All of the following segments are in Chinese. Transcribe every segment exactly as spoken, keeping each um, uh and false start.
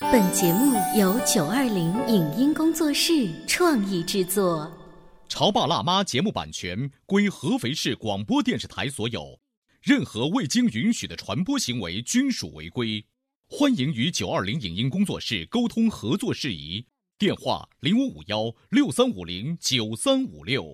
本节目由九二零影音工作室创意制作。 潮爸辣妈节目版权归合肥市广播电视台所有，任何未经允许的传播行为均属违规。欢迎与九二零影音工作室沟通合作事宜，电话零五五幺六三五零九三五六。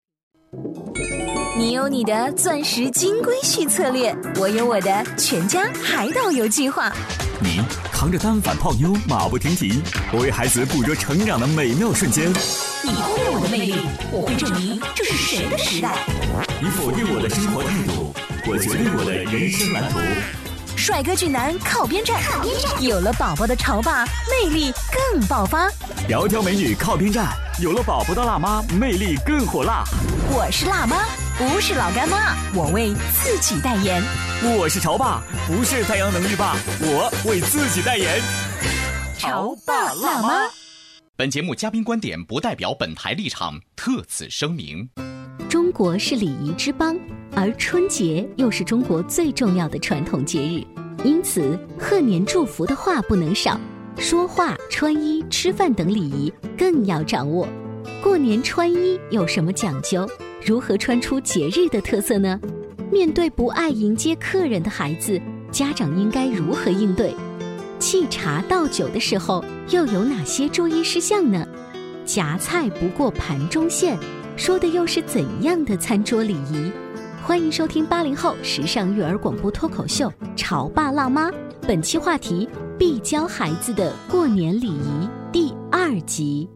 你有你的钻石金龟婿策略，我有我的全家海岛游计划。 你扛着单反泡妞马不停蹄，我为孩子捕捉成长的美妙瞬间。 你忽略我的魅力，我会证明这是谁的时代。 你否定我的生活态度，我决定我的人生蓝图。 帅哥俊男靠边站，有了宝宝的潮爸魅力更爆发。 窈窕美女靠边站，有了宝宝的辣妈魅力更火辣。 我是辣妈，不是老干妈，我为自己代言。 我是潮爸，不是太阳能浴霸，我为自己代言。 潮爸辣妈。 本节目嘉宾观点不代表本台立场，特此声明。 中国是礼仪之邦，而春节又是中国最重要的传统节日，因此贺年祝福的话不能少，说话、穿衣、吃饭等礼仪更要掌握。过年穿衣有什么讲究？如何穿出节日的特色呢？面对不爱迎接客人的孩子，家长应该如何应对？沏茶倒酒的时候又有哪些注意事项呢？夹菜不过盘中线，说的又是怎样的餐桌礼仪？欢迎收听八零后时尚育儿广播脱口秀《潮爸辣妈》，本期话题：必教孩子的过年礼仪第二集。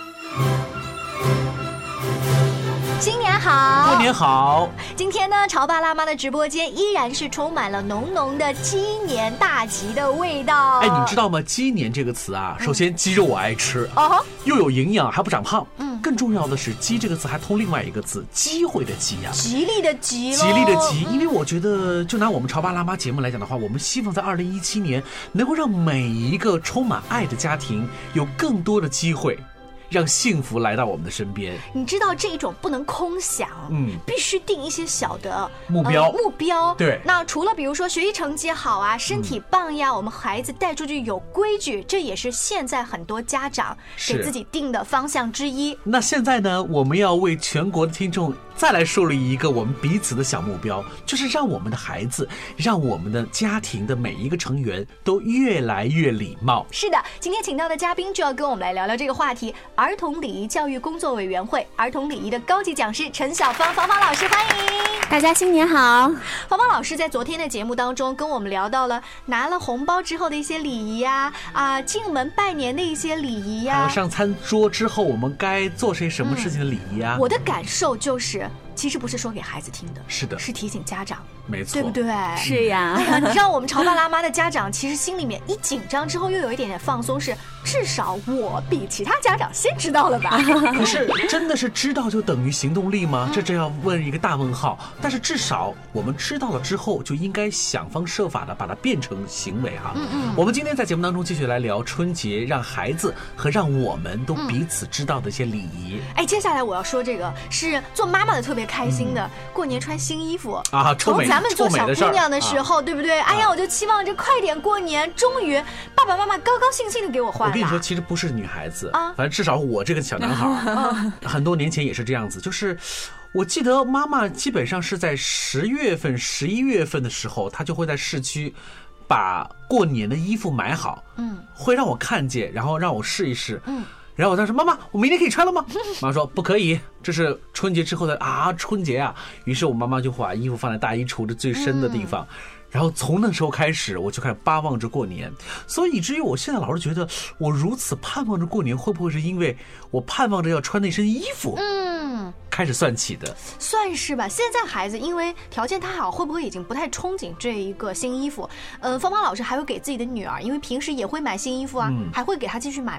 新年好， 过年好。 今天呢，潮爸辣妈的直播间依然是充满了浓浓的鸡年大吉的味道。 哎，你知道吗？鸡年这个词啊，首先鸡肉我爱吃， 哦， 又有营养，还不长胖。 嗯， 更重要的是，鸡这个词还通另外一个字，机会的机呀、啊， 吉利的吉， 吉利的吉。因为我觉得，就拿我们潮爸辣妈节目来讲的话，我们希望在二零一七年能够让每一个充满爱的家庭有更多的机会。让幸福来到我们的身边。 你知道这一种不能空想，嗯，必须定一些小的目标、 呃、目标。 对， 那除了比如说学习成绩好啊，身体棒呀，嗯、我们孩子带出去有规矩，这也是现在很多家长给自己定的方向之一。 那现在呢，我们要为全国的听众再来树立一个我们彼此的小目标，就是让我们的孩子，让我们的家庭的每一个成员都越来越礼貌。 是的，今天请到的嘉宾就要跟我们来聊聊这个话题。儿童礼仪教育工作委员会儿童礼仪的高级讲师陈晓芳，芳芳老师欢迎。 大家新年好。 芳芳老师在昨天的节目当中跟我们聊到了拿了红包之后的一些礼仪呀，啊，进门拜年的一些礼仪呀， 还有上餐桌之后我们该做些什么事情的礼仪啊、 嗯、我的感受就是其实不是说给孩子听的， 是的， 是提醒家长， 没错， 对不对？ 是呀。 哎呀，你让我们潮爸辣妈的家长其实心里面一紧张之后又有一点点放松，是至少我比其他家长先知道了吧？ 可是真的是知道就等于行动力吗？这真要问一个大问号。但是至少我们知道了之后，就应该想方设法的把它变成行为哈。嗯嗯。我们今天在节目当中继续来聊春节，让孩子和让我们都彼此知道的一些礼仪。 哎、嗯，接下来我要说这个是做妈妈的特别开心的，嗯、过年穿新衣服啊， 从咱们做小姑娘的时候， 啊、 对不对？哎呀，我就期望着快点过年，终于爸爸妈妈高高兴兴的给我换了。 我跟你说，其实不是女孩子啊，反正至少我这个小男孩，啊、很多年前也是这样子，就是。我记得妈妈基本上是在十月份、十一月份的时候，她就会在市区把过年的衣服买好，嗯，会让我看见，然后让我试一试，嗯，然后我当时妈妈，我明天可以穿了吗？妈妈说不可以，这是春节之后的啊，春节啊。于是我妈妈就把衣服放在大衣橱的最深的地方。嗯，然后从那时候开始，我就开始巴望着过年，所以以至于我现在老是觉得，我如此盼望着过年，会不会是因为我盼望着要穿那身衣服？嗯，开始算起的， 算是吧。现在孩子因为条件太好，会不会已经不太憧憬这一个新衣服？呃，芳芳老师还会给自己的女儿，因为平时也会买新衣服啊，嗯、还会给她继续买吗？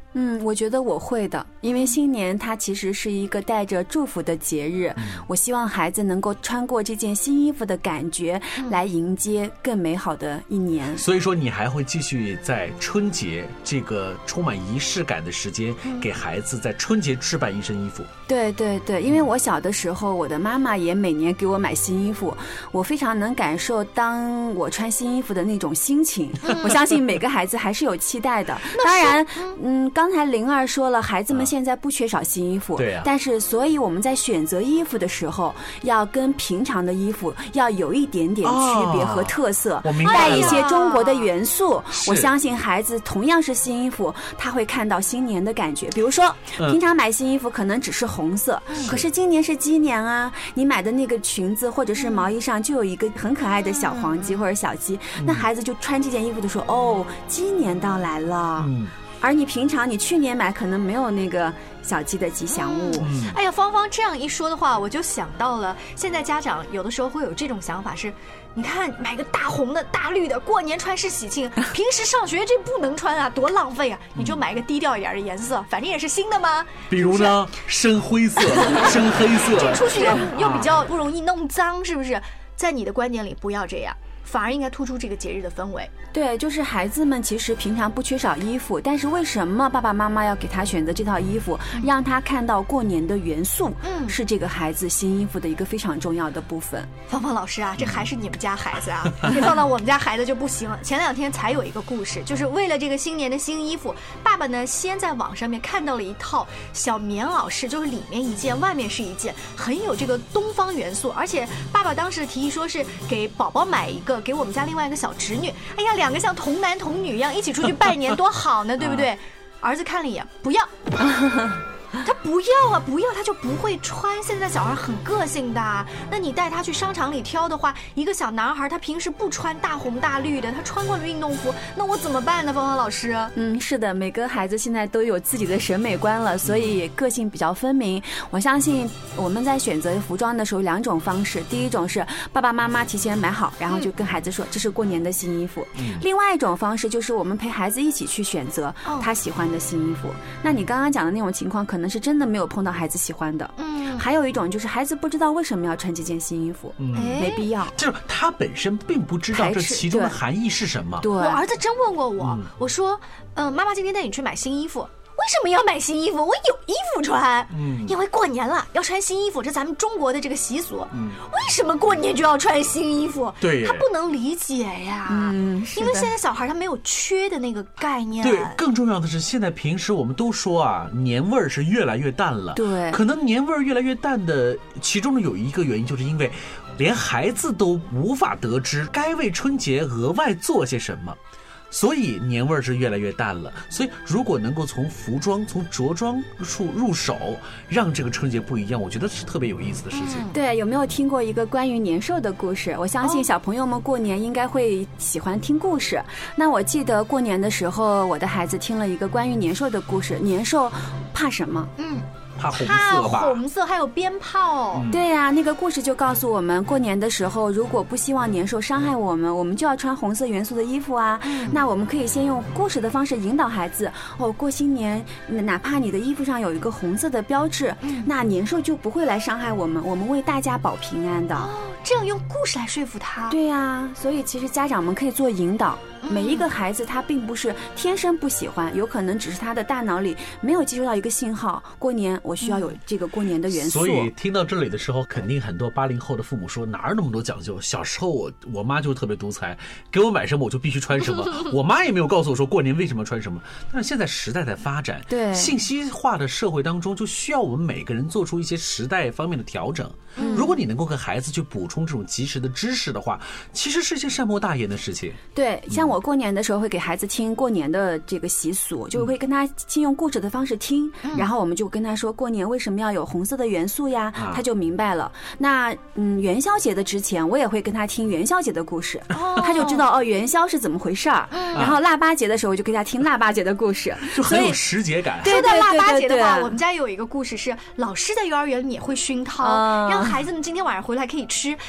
嗯，我觉得我会的，因为新年它其实是一个带着祝福的节日，嗯、我希望孩子能够穿过这件新衣服的感觉，嗯、来迎接更美好的一年。 所以说，你还会继续在春节这个充满仪式感的时间，嗯、给孩子在春节置办一身衣服。 对对对，因为我小的时候，我的妈妈也每年给我买新衣服，我非常能感受当我穿新衣服的那种心情。嗯、我相信每个孩子还是有期待的。当然，嗯。刚才灵儿说了，孩子们现在不缺少新衣服， 对啊， 但是所以我们在选择衣服的时候，要跟平常的衣服要有一点点区别和特色， 哦、 带一些中国的元素。我相信孩子同样是新衣服，他会看到新年的感觉。比如说，嗯、平常买新衣服可能只是红色，嗯、可是今年是鸡年啊，你买的那个裙子或者是毛衣上就有一个很可爱的小黄鸡或者小鸡，嗯、那孩子就穿这件衣服的时候，哦，鸡年到来了。嗯，而你平常你去年买可能没有那个小鸡的吉祥物。 嗯、哎呀，芳芳这样一说的话，我就想到了，现在家长有的时候会有这种想法是，你看买个大红的大绿的，过年穿是喜庆，平时上学这不能穿啊，多浪费啊！你就买个低调一点的颜色，反正也是新的嘛。 比如呢，深灰色、深黑色， 这出去又又比较不容易弄脏，是不是？在你的观点里，不要这样。反而应该突出这个节日的氛围。 对，就是孩子们其实平常不缺少衣服，但是为什么爸爸妈妈要给他选择这套衣服，嗯、让他看到过年的元素，嗯，是这个孩子新衣服的一个非常重要的部分。 芳芳老师啊，这还是你们家孩子啊，你放到我们家孩子就不行了。前两天才有一个故事，就是为了这个新年的新衣服，爸爸呢先在网上面看到了一套小棉袄式，就是里面一件，外面是一件，很有这个东方元素。而且爸爸当时提议说是给宝宝买一个，给我们家另外一个小侄女，哎呀，两个像童男童女一样一起出去拜年，多好呢，对不对？儿子看了一眼，不要。他不要啊，不要他就不会穿。现在小孩很个性的，那你带他去商场里挑的话，一个小男孩他平时不穿大红大绿的，他穿惯了运动服，那我怎么办呢？芳芳老师， 嗯，是的，每个孩子现在都有自己的审美观了，所以个性比较分明。我相信我们在选择服装的时候，两种方式，第一种是爸爸妈妈提前买好，然后就跟孩子说这是过年的新衣服；嗯、另外一种方式就是我们陪孩子一起去选择他喜欢的新衣服。哦、那你刚刚讲的那种情况，可能是真的没有碰到孩子喜欢的。嗯，还有一种就是孩子不知道为什么要穿这件新衣服，嗯，没必要， 就是他本身并不知道这其中的含义是什么。 对， 我儿子真问过我，嗯、我说，嗯、呃，妈妈今天带你去买新衣服。为什么要买新衣服？我有衣服穿，嗯，因为过年了要穿新衣服，这咱们中国的这个习俗。嗯，为什么过年就要穿新衣服？ 对， 他不能理解呀。嗯，因为现在小孩他没有缺的那个概念。 对，更重要的是，现在平时我们都说啊，年味儿是越来越淡了。 对， 可能年味儿越来越淡的，其中的有一个原因，就是因为连孩子都无法得知该为春节额外做些什么。所以年味儿是越来越淡了。所以如果能够从服装、从着装处入手，让这个春节不一样，我觉得是特别有意思的事情。嗯、 对，有没有听过一个关于年兽的故事？我相信小朋友们过年应该会喜欢听故事。哦、那我记得过年的时候，我的孩子听了一个关于年兽的故事。年兽怕什么？ 嗯。 怕红色吧？ 红色还有鞭炮。 嗯、对呀、啊，那个故事就告诉我们，过年的时候，如果不希望年兽伤害我们，我们就要穿红色元素的衣服啊。嗯、那我们可以先用故事的方式引导孩子。哦，过新年，哪怕你的衣服上有一个红色的标志，嗯、那年兽就不会来伤害我们，我们为大家保平安的。 哦，这样用故事来说服他。 对呀、啊，所以其实家长们可以做引导。每一个孩子他并不是天生不喜欢，有可能只是他的大脑里没有接收到一个信号，过年我需要有这个过年的元素。 所以听到这里的时候，肯定很多八零后的父母说，哪有那么多讲究？小时候我我妈就特别独裁，给我买什么我就必须穿什么，我妈也没有告诉我说过年为什么穿什么。但是现在时代在发展， 对信息化的社会当中，就需要我们每个人做出一些时代方面的调整。嗯、如果你能够跟孩子去补充这种及时的知识的话，其实是一件善莫大焉的事情。 对，像我过年的时候会给孩子听过年的这个习俗，就会跟他先用故事的方式听，嗯、然后我们就跟他说过年为什么要有红色的元素呀，啊、他就明白了。那嗯，元宵节的之前我也会跟他听元宵节的故事，哦、他就知道哦元宵是怎么回事儿。嗯、然后腊八节的时候我就给他听腊八节的故事， 就很有时节感。 说到腊八节的话，我们家有一个故事是老师在幼儿园里也会熏陶，嗯、让孩子们今天晚上回来可以吃。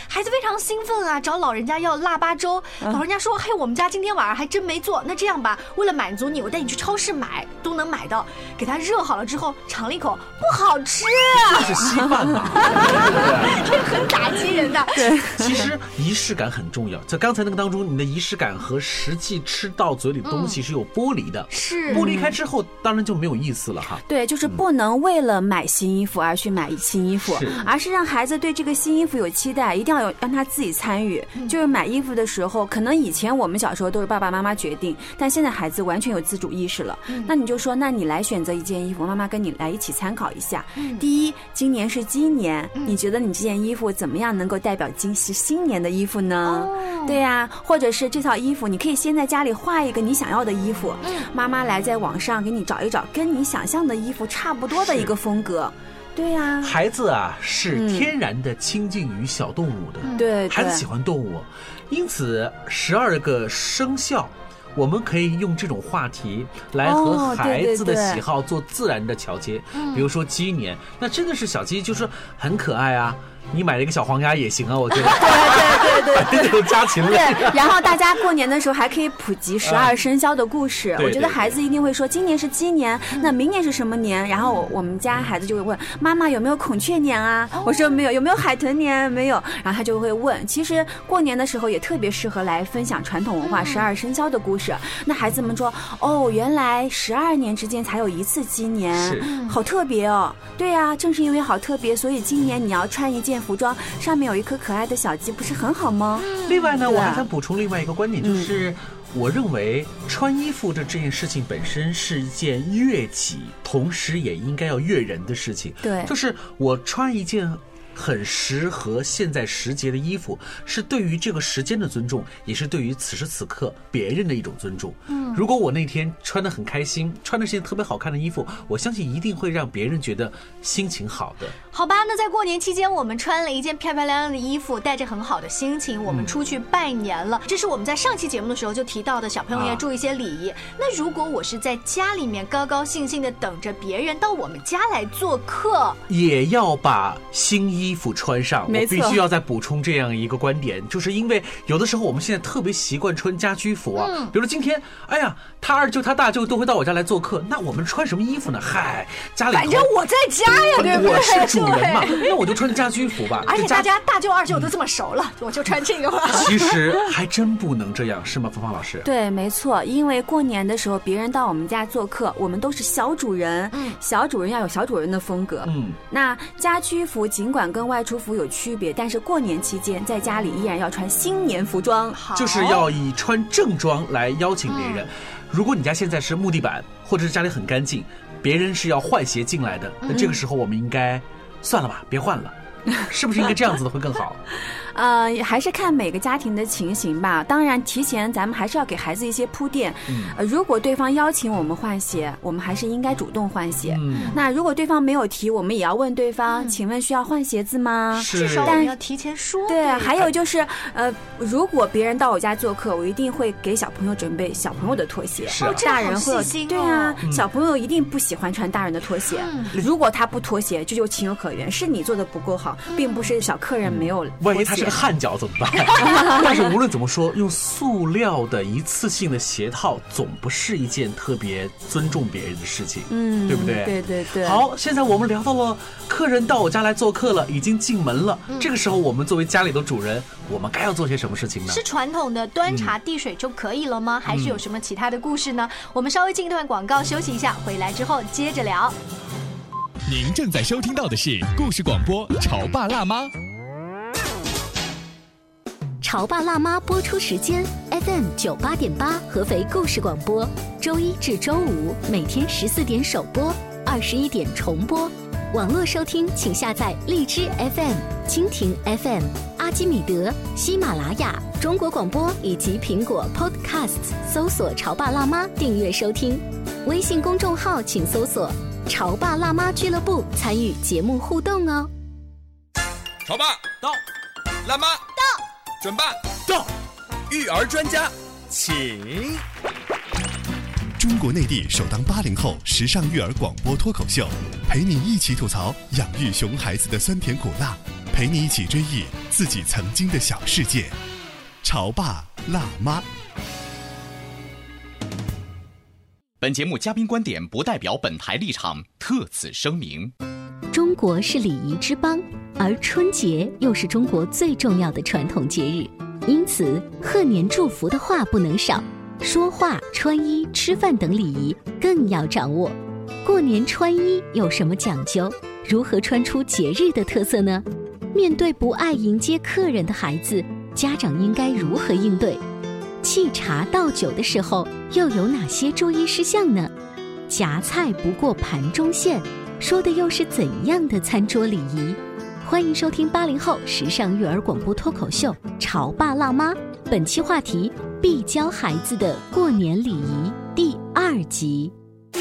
孩子非常兴奋啊，找老人家要腊八粥。老人家说：“嘿，我们家今天晚上还真没做。那这样吧，为了满足你，我带你去超市买，都能买到。给他热好了之后，尝了一口，不好吃。 这是稀饭嘛？ 这很打击人的。 对， 其实仪式感很重要。在刚才那个当中，你的仪式感和实际吃到嘴里的东西是有剥离的。 是剥离开之后，当然就没有意思了哈。 对，就是不能为了买新衣服而去买新衣服，而是让孩子对这个新衣服有期待，一定要有让他自己参与。就是买衣服的时候，可能以前我们小时候都是爸爸妈妈决定，但现在孩子完全有自主意识了。那你就说，那你来选择一件衣服，妈妈跟你来一起参考一下。第一，今年是鸡年，你觉得你这件衣服怎么样能够代表今是新年的衣服呢？对呀、啊，或者是这套衣服，你可以先在家里画一个你想要的衣服，妈妈来在网上给你找一找跟你想象的衣服差不多的一个风格。对呀、啊， 孩子啊是天然的亲近于小动物的， 嗯、对， 孩子喜欢动物，因此十二个生肖。我们可以用这种话题来和孩子的喜好做自然的桥接，哦、对对对，比如说鸡年，那真的是小鸡就是很可爱啊。你买了一个小黄鸭也行啊，我觉得。 对对对对对， 家禽类。 对，然后大家过年的时候还可以普及十二生肖的故事。嗯、我觉得孩子一定会说，今年是鸡年，那明年是什么年？然后我们家孩子就会问妈妈有没有孔雀年啊？哦、我说没有，有没有海豚年？没有。然后他就会问。其实过年的时候也特别适合来分享传统文化十二生肖的故事。嗯、那孩子们说，哦，原来十二年之间才有一次鸡年，好特别哦。对呀、啊，正是因为好特别，所以今年你要穿一件服装上面有一颗可爱的小鸡，不是很好吗？ 另外呢，我还想补充另外一个观点，就是、嗯、我认为穿衣服的这件事情本身是一件悦己，同时也应该要悦人的事情。 对， 就是我穿一件很适合现在时节的衣服，是对于这个时间的尊重，也是对于此时此刻别人的一种尊重。嗯，如果我那天穿得很开心，穿的是件特别好看的衣服，我相信一定会让别人觉得心情好的。 好吧，那在过年期间，我们穿了一件漂漂亮亮的衣服，带着很好的心情，我们出去拜年了。嗯、这是我们在上期节目的时候就提到的，小朋友要注意一些礼仪。啊、那如果我是在家里面高高兴兴的等着别人到我们家来做客， 也要把新衣服穿上。我必须要再补充这样一个观点，就是因为有的时候我们现在特别习惯穿家居服啊，嗯、比如说今天，哎呀，他二舅他大舅都会到我家来做客，那我们穿什么衣服呢？嗨，家里反正我在家呀，对不对？ 我是主人嘛，那我就穿家居服吧。 而且大家大舅二舅都这么熟了，嗯、我就穿这个吧。 其实还真不能这样，是吗，芳芳老师？ 对，没错，因为过年的时候别人到我们家做客，我们都是小主人，嗯、小主人要有小主人的风格。嗯，那家居服尽管跟外出服有区别，但是过年期间在家里依然要穿新年服装， 就是要以穿正装来邀请别人。嗯、如果你家现在是木地板，或者是家里很干净，别人是要换鞋进来的，那这个时候我们应该算了吧，别换了。是不是应该这样子的会更好？ 呃，还是看每个家庭的情形吧。当然，提前咱们还是要给孩子一些铺垫。嗯、呃，如果对方邀请我们换鞋，我们还是应该主动换鞋。嗯，那如果对方没有提，我们也要问对方，嗯、请问需要换鞋子吗？ 至少我们要提前说。 对，还有就是，呃，如果别人到我家做客，我一定会给小朋友准备小朋友的拖鞋。 是、啊， 大人会有、 哦、 对啊，嗯、小朋友一定不喜欢穿大人的拖鞋。嗯、如果他不脱鞋，这就情有可原，是你做的不够好。并不是小客人没有， 万一他是个汗脚怎么办？但是无论怎么说，用塑料的一次性的鞋套总不是一件特别尊重别人的事情，嗯，对不对？ 对对对。 好，现在我们聊到了客人到我家来做客了，已经进门了，嗯、这个时候我们作为家里的主人，我们该要做些什么事情呢？ 是传统的端茶递水就可以了吗？嗯、还是有什么其他的故事呢？我们稍微进一段广告休息一下，回来之后接着聊。 您正在收听到的是故事广播《潮爸辣妈》。 潮爸辣妈播出时间 F M 九八点八，合肥故事广播，周一至周五每天十四点首播，二十一点重播。网络收听请下载荔枝 F M、蜻蜓 F M、阿基米德、喜马拉雅、中国广播以及苹果 Podcasts， 搜索潮爸辣妈订阅收听。微信公众号请搜索潮爸辣妈俱乐部，参与节目互动哦。 潮爸到，辣妈到，准爸到，育儿专家请。 中国内地首档八零后时尚育儿广播脱口秀，陪你一起吐槽养育熊孩子的酸甜苦辣，陪陪你一起追忆自己曾经的小世界。潮爸辣妈。 本节目嘉宾观点不代表本台立场，特此声明。 中国是礼仪之邦，而春节又是中国最重要的传统节日，因此贺年祝福的话不能少，说话、穿衣、吃饭等礼仪更要掌握。过年穿衣有什么讲究？如何穿出节日的特色呢？面对不爱迎接客人的孩子，家长应该如何应对？沏茶倒酒的时候又有哪些注意事项呢？夹菜不过盘中线，说的又是怎样的餐桌礼仪？欢迎收听八零后时尚育儿广播脱口秀《潮爸辣妈》，本期话题：必教孩子的过年礼仪第二集。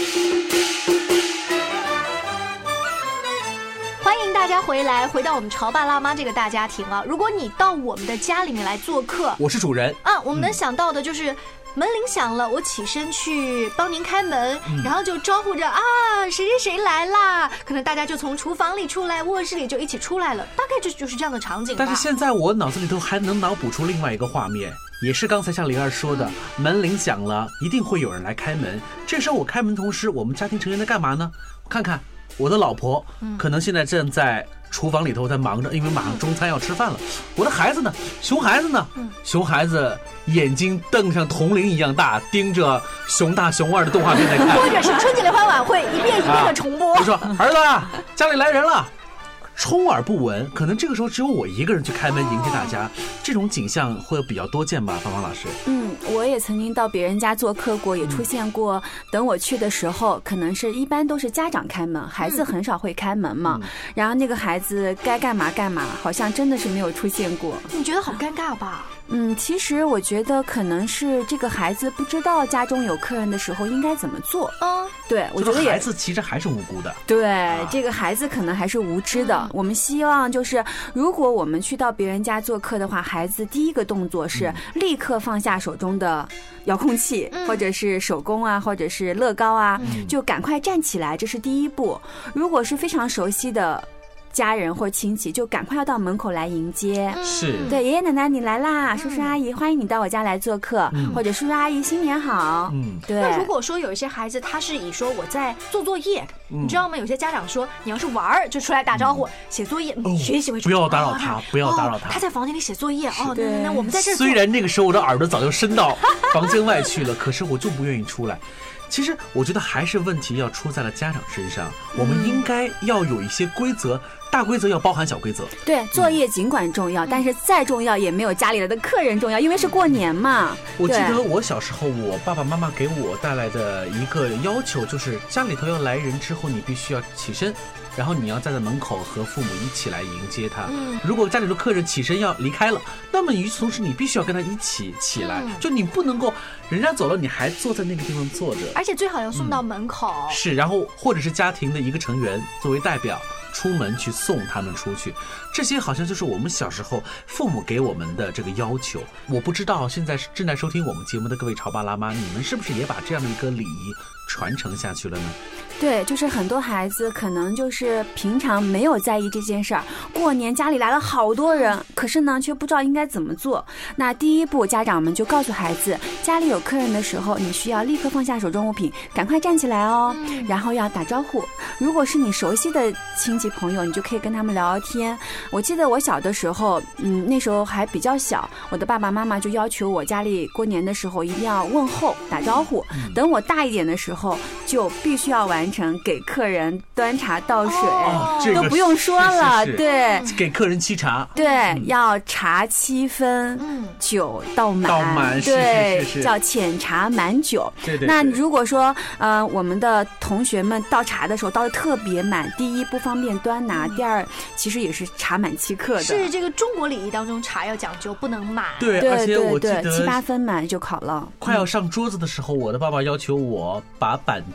欢迎大家回来，回到我们潮爸辣妈这个大家庭啊！如果你到我们的家里面来做客， 我是主人啊，我们能想到的就是。门铃响了，我起身去帮您开门，嗯、然后就招呼着啊，谁谁谁来啦？可能大家就从厨房里出来，卧室里就一起出来了，大概就就是这样的场景吧。 但是现在我脑子里头还能脑补出另外一个画面，也是刚才像灵儿说的，嗯、门铃响了，一定会有人来开门。这时候我开门同时，我们家庭成员在干嘛呢？看看我的老婆，嗯、可能现在正在厨房里头在忙着，因为马上中餐要吃饭了。我的孩子呢？熊孩子呢？嗯、熊孩子眼睛瞪像铜铃一样大，盯着熊大熊二的动画片在看， 或者是春节联欢晚会一遍一遍的重播。 我、啊、说儿子，家里来人了。充耳不闻，可能这个时候只有我一个人去开门迎接大家，这种景象会比较多见吧，芳芳老师。 嗯，我也曾经到别人家做客过，也出现过。嗯、等我去的时候，可能是一般都是家长开门，孩子很少会开门嘛。嗯、然后那个孩子该干嘛干嘛，好像真的是没有出现过。 你觉得好尴尬吧？ 嗯，其实我觉得可能是这个孩子不知道家中有客人的时候应该怎么做。嗯，对，我觉得孩子其实还是无辜的。 对，啊、这个孩子可能还是无知的。嗯、我们希望就是，如果我们去到别人家做客的话，孩子第一个动作是立刻放下手中的遥控器，嗯、或者是手工啊，或者是乐高啊，嗯、就赶快站起来，这是第一步。如果是非常熟悉的家人或亲戚，就赶快要到门口来迎接。 是， 对，爷爷奶奶你来啦，叔叔阿姨欢迎你到我家来做客，嗯、或者叔叔阿姨新年好。嗯，对。 那如果说有一些孩子他是以说我在做作业，嗯、你知道吗？有些家长说你要是玩儿就出来打招呼，嗯、写作业，哦、学习为主， 不要打扰他，不要打扰他。 哦、他在房间里写作业哦，对，那我们在这。 虽然那个时候我的耳朵早就伸到房间外去了，可是我就不愿意出来。其实我觉得还是问题要出在了家长身上，我们应该要有一些规则，大规则要包含小规则。 对，作业尽管重要，嗯、但是再重要也没有家里来的客人重要，因为是过年嘛。 我记得我小时候，我爸爸妈妈给我带来的一个要求就是，家里头要来人之后，你必须要起身。然后你要站在门口和父母一起来迎接他。嗯、如果家里的客人起身要离开了，那么与此同时你必须要跟他一起起来，嗯、就你不能够人家走了你还坐在那个地方坐着， 而且最好要送到门口。 嗯、是，然后或者是家庭的一个成员作为代表出门去送他们出去，这些好像就是我们小时候父母给我们的这个要求。我不知道现在正在收听我们节目的各位潮爸辣妈，你们是不是也把这样的一个礼仪传承下去了呢？ 对，就是很多孩子可能就是平常没有在意这件事儿，过年家里来了好多人，可是呢却不知道应该怎么做。那第一步，家长们就告诉孩子，家里有客人的时候，你需要立刻放下手中物品，赶快站起来哦，嗯、然后要打招呼。如果是你熟悉的亲戚朋友，你就可以跟他们聊聊天。我记得我小的时候，嗯，那时候还比较小，我的爸爸妈妈就要求我家里过年的时候一定要问候打招呼。等我大一点的时候，就必须要完成给客人端茶倒水， 哦、 都不用说了， 是是是对， 给客人沏茶， 对，嗯、要茶七分，嗯、酒倒满， 倒满， 对， 是是是是叫浅茶满酒。 对对对。 那如果说呃我们的同学们倒茶的时候倒得特别满，第一不方便端拿，嗯、第二其实也是茶满七克的。 是这个中国礼仪当中茶要讲究不能满， 对， 对而且我记得七八分满就好了。 快要上桌子的时候，我的爸爸要求我把板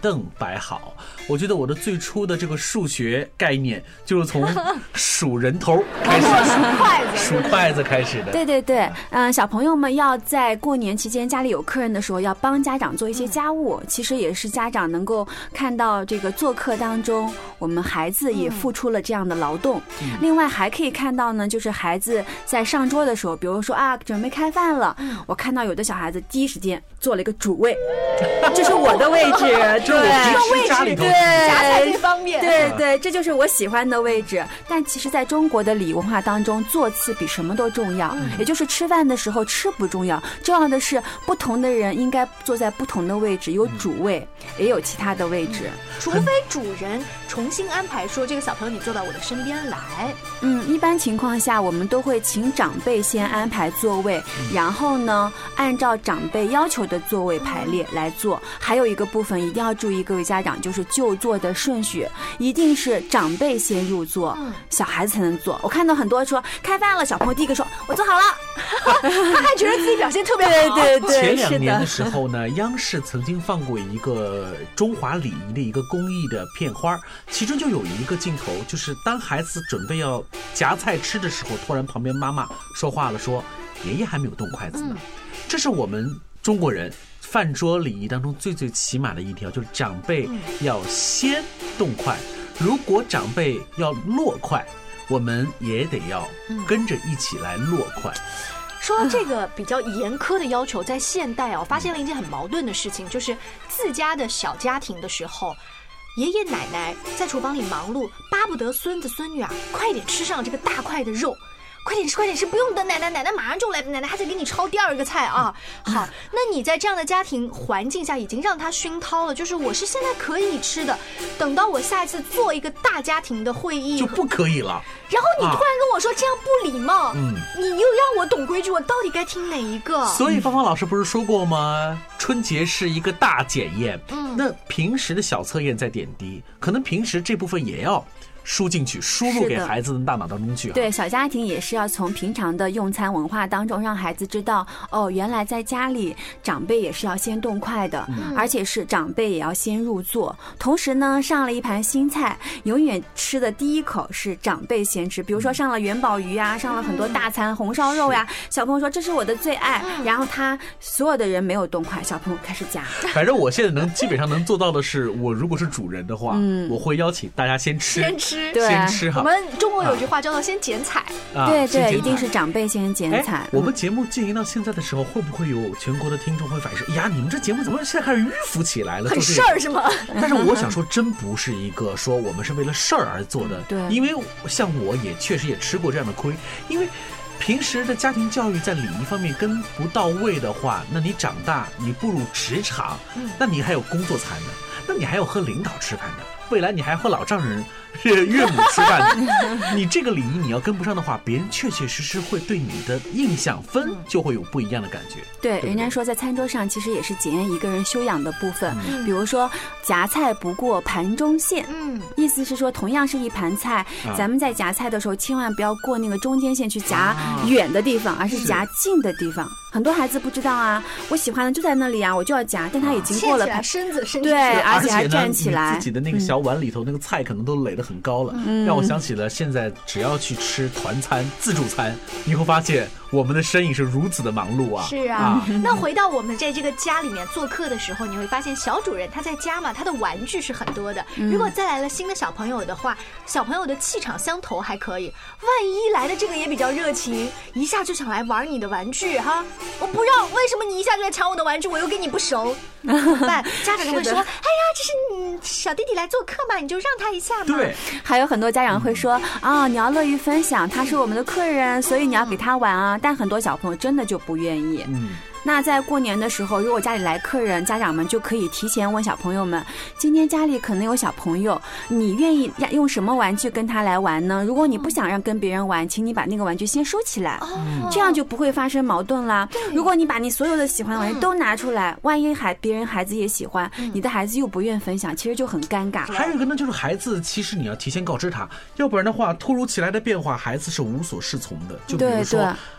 凳摆好。我觉得我的最初的这个数学概念就是从数人头开始， 数筷子， 数筷子开始的。 对对对，嗯，小朋友们要在过年期间家里有客人的时候，要帮家长做一些家务，其实也是家长能够看到这个做客当中，我们孩子也付出了这样的劳动。嗯、另外还可以看到呢，就是孩子在上桌的时候，比如说啊，准备开饭了，嗯、我看到有的小孩子第一时间做了一个主位，这是我的位置， 对，这家里头夹菜最方便， 对对，这就是我喜欢的位置。但其实在中国的礼仪文化当中，座次比什么都重要，嗯、也就是吃饭的时候吃不重要，重要的是不同的人应该坐在不同的位置，有主位，嗯、也有其他的位置， 嗯、除非主人重新安排说这个小朋友你坐到我的身边来。 嗯，一般情况下我们都会请长辈先安排座位，嗯、然后呢按照长辈要求的座位排列来坐。还有一个部分一定要注意，各位家长，就是就座的顺序一定是长辈先入座，嗯、小孩子才能坐。我看到很多说开饭了，小朋友第一个说我坐好了， 他还觉得自己表现特别好。 对对对， 前两年的时候呢，央视曾经放过一个中华礼仪的一个公益的片花，其中就有一个镜头，就是当孩子准备要夹菜吃的时候，突然旁边妈妈说话了，说爷爷还没有动筷子呢。嗯、这是我们中国人饭桌礼仪当中最最起码的一条，就是长辈要先动筷，如果长辈要落筷，我们也得要跟着一起来落筷。 说到这个比较严苛的要求，在现代啊，我发现了一件很矛盾的事情，就是自家的小家庭的时候，爷爷奶奶在厨房里忙碌，巴不得孙子孙女啊快点吃上这个大块的肉。快点吃，快点吃，不用等奶奶，奶奶马上就来，奶奶还得给你焯第二个菜啊！好，那你在这样的家庭环境下，已经让他熏陶了，就是我是现在可以吃的，等到我下一次做一个大家庭的会议就不可以了。 然后你突然跟我说这样不礼貌，嗯，你又让我懂规矩，我到底该听哪一个？ 所以芳芳老师不是说过吗？春节是一个大检验，嗯，那平时的小测验在点滴，可能平时这部分也要输进去，输入给孩子的大脑当中去。 对，小家庭也是要从平常的用餐文化当中让孩子知道，哦，原来在家里长辈也是要先动筷的，嗯、而且是长辈也要先入座。同时呢，上了一盘新菜，永远吃的第一口是长辈先吃。比如说上了元宝鱼啊，上了很多大餐红烧肉呀、啊，小朋友说这是我的最爱，嗯、然后他所有的人没有动筷，小朋友开始夹。 反正我现在能基本上能做到的是，我如果是主人的话，嗯、我会邀请大家先吃， 先吃。 对， 先吃哈。 我们中国有句话叫做先剪彩， 啊、 对对，一定是长辈先剪彩。 我们节目进行到现在的时候，会不会有全国的听众会反映说，呀，你们这节目怎么现在开始迂腐起来了？ 很事儿是吗？ 但是我想说，真不是一个说我们是为了事儿而做的。 对， 因为像我也确实也吃过这样的亏，因为平时的家庭教育在礼仪方面跟不到位的话，那你长大你步入职场，嗯、那你还有工作餐呢，那你还有和领导吃饭的，未来你还和老丈人岳母吃饭，你这个礼仪你要跟不上的话，别人确确实实会对你的印象分就会有不一样的感觉。 对，对对，人家说在餐桌上其实也是检验一个人修养的部分，嗯、比如说夹菜不过盘中线，嗯，意思是说同样是一盘菜，啊、咱们在夹菜的时候千万不要过那个中间线去夹远的地方，啊、而是夹近的地方。很多孩子不知道啊，我喜欢的就在那里啊，我就要夹，但他已经过了盘，身子伸对，而且还站起来， 自己的那个小碗里头那个菜可能都垒得很高了，嗯、让我想起了现在只要去吃团餐、自助餐，你会发现我们的身影是如此的忙碌啊！ 是啊，啊那回到我们在这个家里面做客的时候，你会发现小主人他在家嘛，他的玩具是很多的。嗯、如果再来了新的小朋友的话，小朋友的气场相投还可以，万一来的这个也比较热情，一下就想来玩你的玩具哈，我不让，为什么你一下就来抢我的玩具，我又跟你不熟，怎么办？家长就会说，哎呀，这是你小弟弟来做客嘛，你就让他一下嘛。 对， 还有很多家长会说啊、哦，你要乐于分享，他是我们的客人，所以你要给他玩啊。但很多小朋友真的就不愿意。嗯。那在过年的时候，如果家里来客人，家长们就可以提前问小朋友们，今天家里可能有小朋友，你愿意用什么玩具跟他来玩呢？如果你不想让跟别人玩，请你把那个玩具先收起来，哦、这样就不会发生矛盾啦。如果你把你所有的喜欢的玩具都拿出来，万一还别人孩子也喜欢，嗯、你的孩子又不愿分享，其实就很尴尬。 还有一个呢，就是孩子其实你要提前告知他，要不然的话，突如其来的变化，孩子是无所适从的。就比如说，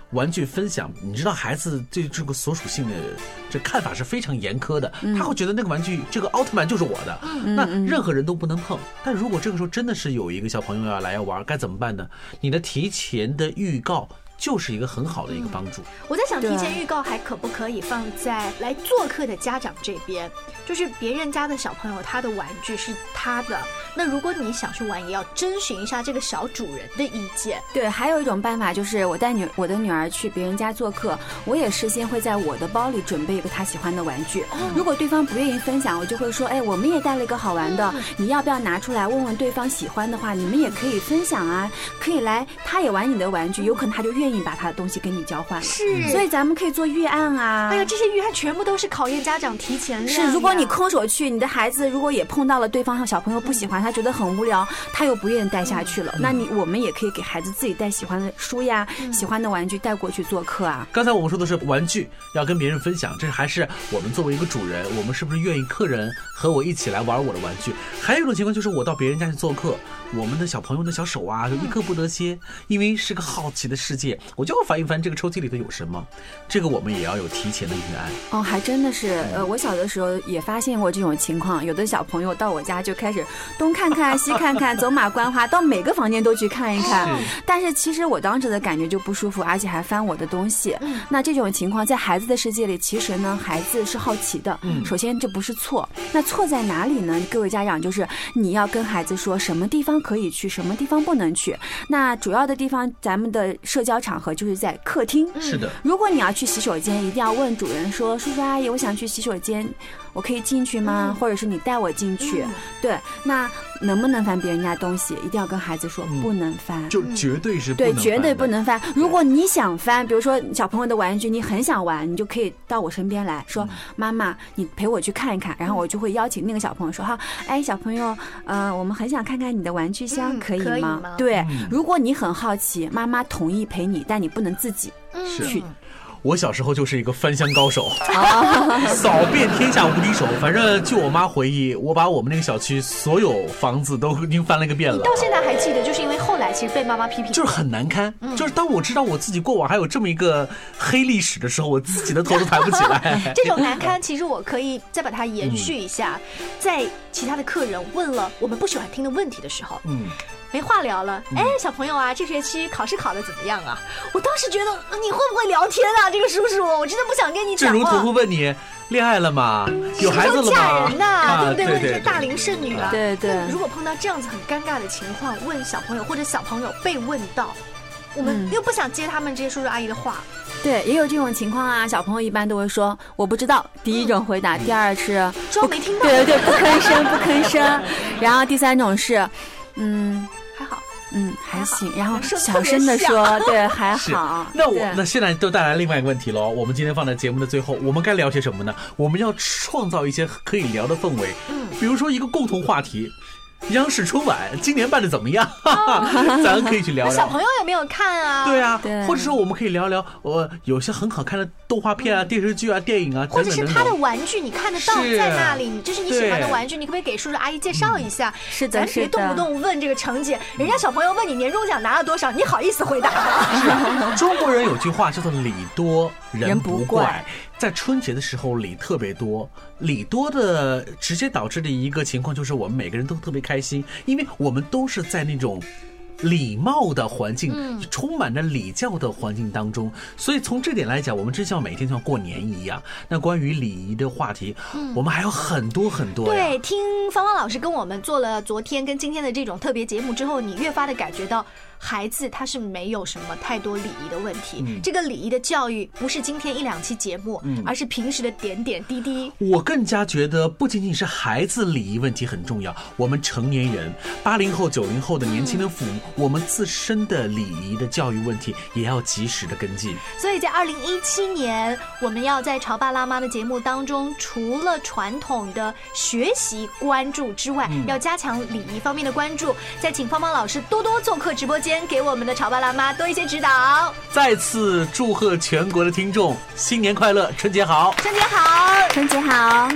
玩具分享，你知道孩子对这个所属性的这看法是非常严苛的，他会觉得那个玩具这个奥特曼就是我的，那任何人都不能碰。但如果这个时候真的是有一个小朋友要来要玩，该怎么办呢？你的提前的预告就是一个很好的一个帮助。 我在想，提前预告还可不可以放在来做客的家长这边？就是别人家的小朋友，他的玩具是他的，那如果你想去玩，也要征询一下这个小主人的意见。 对，还有一种办法就是我带女我的女儿去别人家做客，我也事先会在我的包里准备一个她喜欢的玩具。如果对方不愿意分享，我就会说，哎，我们也带了一个好玩的，你要不要拿出来问问对方喜欢的话，你们也可以分享啊，可以来，他也玩你的玩具，有可能他就愿意把他的东西跟你交换了。 是， 所以咱们可以做预案啊。 哎呀，这些预案全部都是考验家长提前量。 是，如果你空手去，你的孩子如果也碰到了对方小朋友不喜欢，他觉得很无聊，他又不愿意带下去了，那你我们也可以给孩子自己带喜欢的书呀、喜欢的玩具带过去做客啊。 刚才我们说的是玩具要跟别人分享，这还是我们作为一个主人，我们是不是愿意客人和我一起来玩我的玩具？还有一种情况就是我到别人家去做客，我们的小朋友的小手啊就一刻不得歇，因为是个好奇的世界，我就要翻一翻这个抽屉里头有什么，这个我们也要有提前的预案。 哦，还真的是，呃，我小的时候也发现过这种情况，有的小朋友到我家就开始东看看西看看，走马观花，到每个房间都去看一看。但是其实我当时的感觉就不舒服，而且还翻我的东西。那这种情况在孩子的世界里，其实呢，孩子是好奇的。首先这不是错，那错在哪里呢？各位家长就是你要跟孩子说什么地方可以去，什么地方不能去。那主要的地方，咱们的社交场合就是在客厅。 是的。 如果你要去洗手间，一定要问主人说，叔叔阿姨，我想去洗手间，我可以进去吗？或者是你带我进去。对，那能不能翻别人家东西，一定要跟孩子说不能翻， 就绝对是不能翻的。 对，绝对不能翻。如果你想翻，比如说小朋友的玩具，你很想玩，你就可以到我身边来说，妈妈，你陪我去看一看，然后我就会邀请那个小朋友说，哈，哎，小朋友，呃，我们很想看看你的玩具箱，可以吗？可以吗？对，如果你很好奇，妈妈同意陪你，但你不能自己去。 我小时候就是一个翻箱高手，扫遍天下无敌手。反正据我妈回忆，我把我们那个小区所有房子都已经翻了一个遍了。 你到现在还记得，就是因为后来其实被妈妈批评， 就是很难堪。嗯、就是当我知道我自己过往还有这么一个黑历史的时候，我自己的头都抬不起来。 这种难堪，其实我可以再把它延续一下，嗯、在其他的客人问了我们不喜欢听的问题的时候，嗯。没话聊了，哎，小朋友啊，这学期考试考得怎么样啊？我当时觉得你会不会聊天啊，这个叔叔，我真的不想跟你讲话。 正如图图问你，恋爱了吗？有孩子了吗？ 嫁人呐、啊啊，对不对？问这些大龄剩女啊， 对对。 如果碰到这样子很尴尬的情况，问小朋友或者小朋友被问到，我们又不想接他们这些叔叔阿姨的话。 对，也有这种情况啊。小朋友一般都会说我不知道，第一种回答，第二是装没听到， 对对对，不吭声不吭声。然后第三种是，嗯， 还好。 嗯，还行，然后小声的说，对，还好。 那我那现在就带来另外一个问题喽。我们今天放在节目的最后，我们该聊些什么呢？我们要创造一些可以聊的氛围，嗯，比如说一个共同话题。央视春晚今年办的怎么样？哦、咱可以去聊聊。 小朋友有没有看啊？ 对啊，对，或者说我们可以聊聊，我有些很好看的动画片啊、嗯、电视剧啊、电影啊， 或者是他的玩具，你看得到在那里，这是你喜欢的玩具，你可不可以给叔叔阿姨介绍一下？ 嗯、是的， 咱别动不动问这个成绩，人家小朋友问你年终奖拿了多少，你好意思回答吗？中国人有句话叫做礼多人不怪。在春节的时候礼特别多，礼多的直接导致的一个情况就是我们每个人都特别开心，因为我们都是在那种礼貌的环境、嗯、充满着礼教的环境当中，所以从这点来讲，我们真像每天像过年一样。那关于礼仪的话题、嗯、我们还有很多很多。 对，听芳芳老师跟我们做了昨天跟今天的这种特别节目之后，你越发的感觉到孩子他是没有什么太多礼仪的问题、嗯、这个礼仪的教育不是今天一两期节目、嗯、而是平时的点点滴滴。 我更加觉得不仅仅是孩子礼仪问题很重要，我们成年人八零后九零后的年轻的父母、嗯、我们自身的礼仪的教育问题也要及时的跟进。 所以在二零一七年我们要在潮爸辣妈的节目当中，除了传统的学习关注之外、嗯、要加强礼仪方面的关注，再请芳芳老师多多做客直播间，给我们的潮爸辣妈多一些指导。 再次祝贺全国的听众新年快乐，春节好， 春节好， 春节好。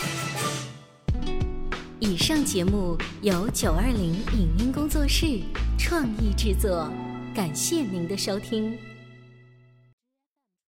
以上节目由九二零影音工作室创意制作，感谢您的收听。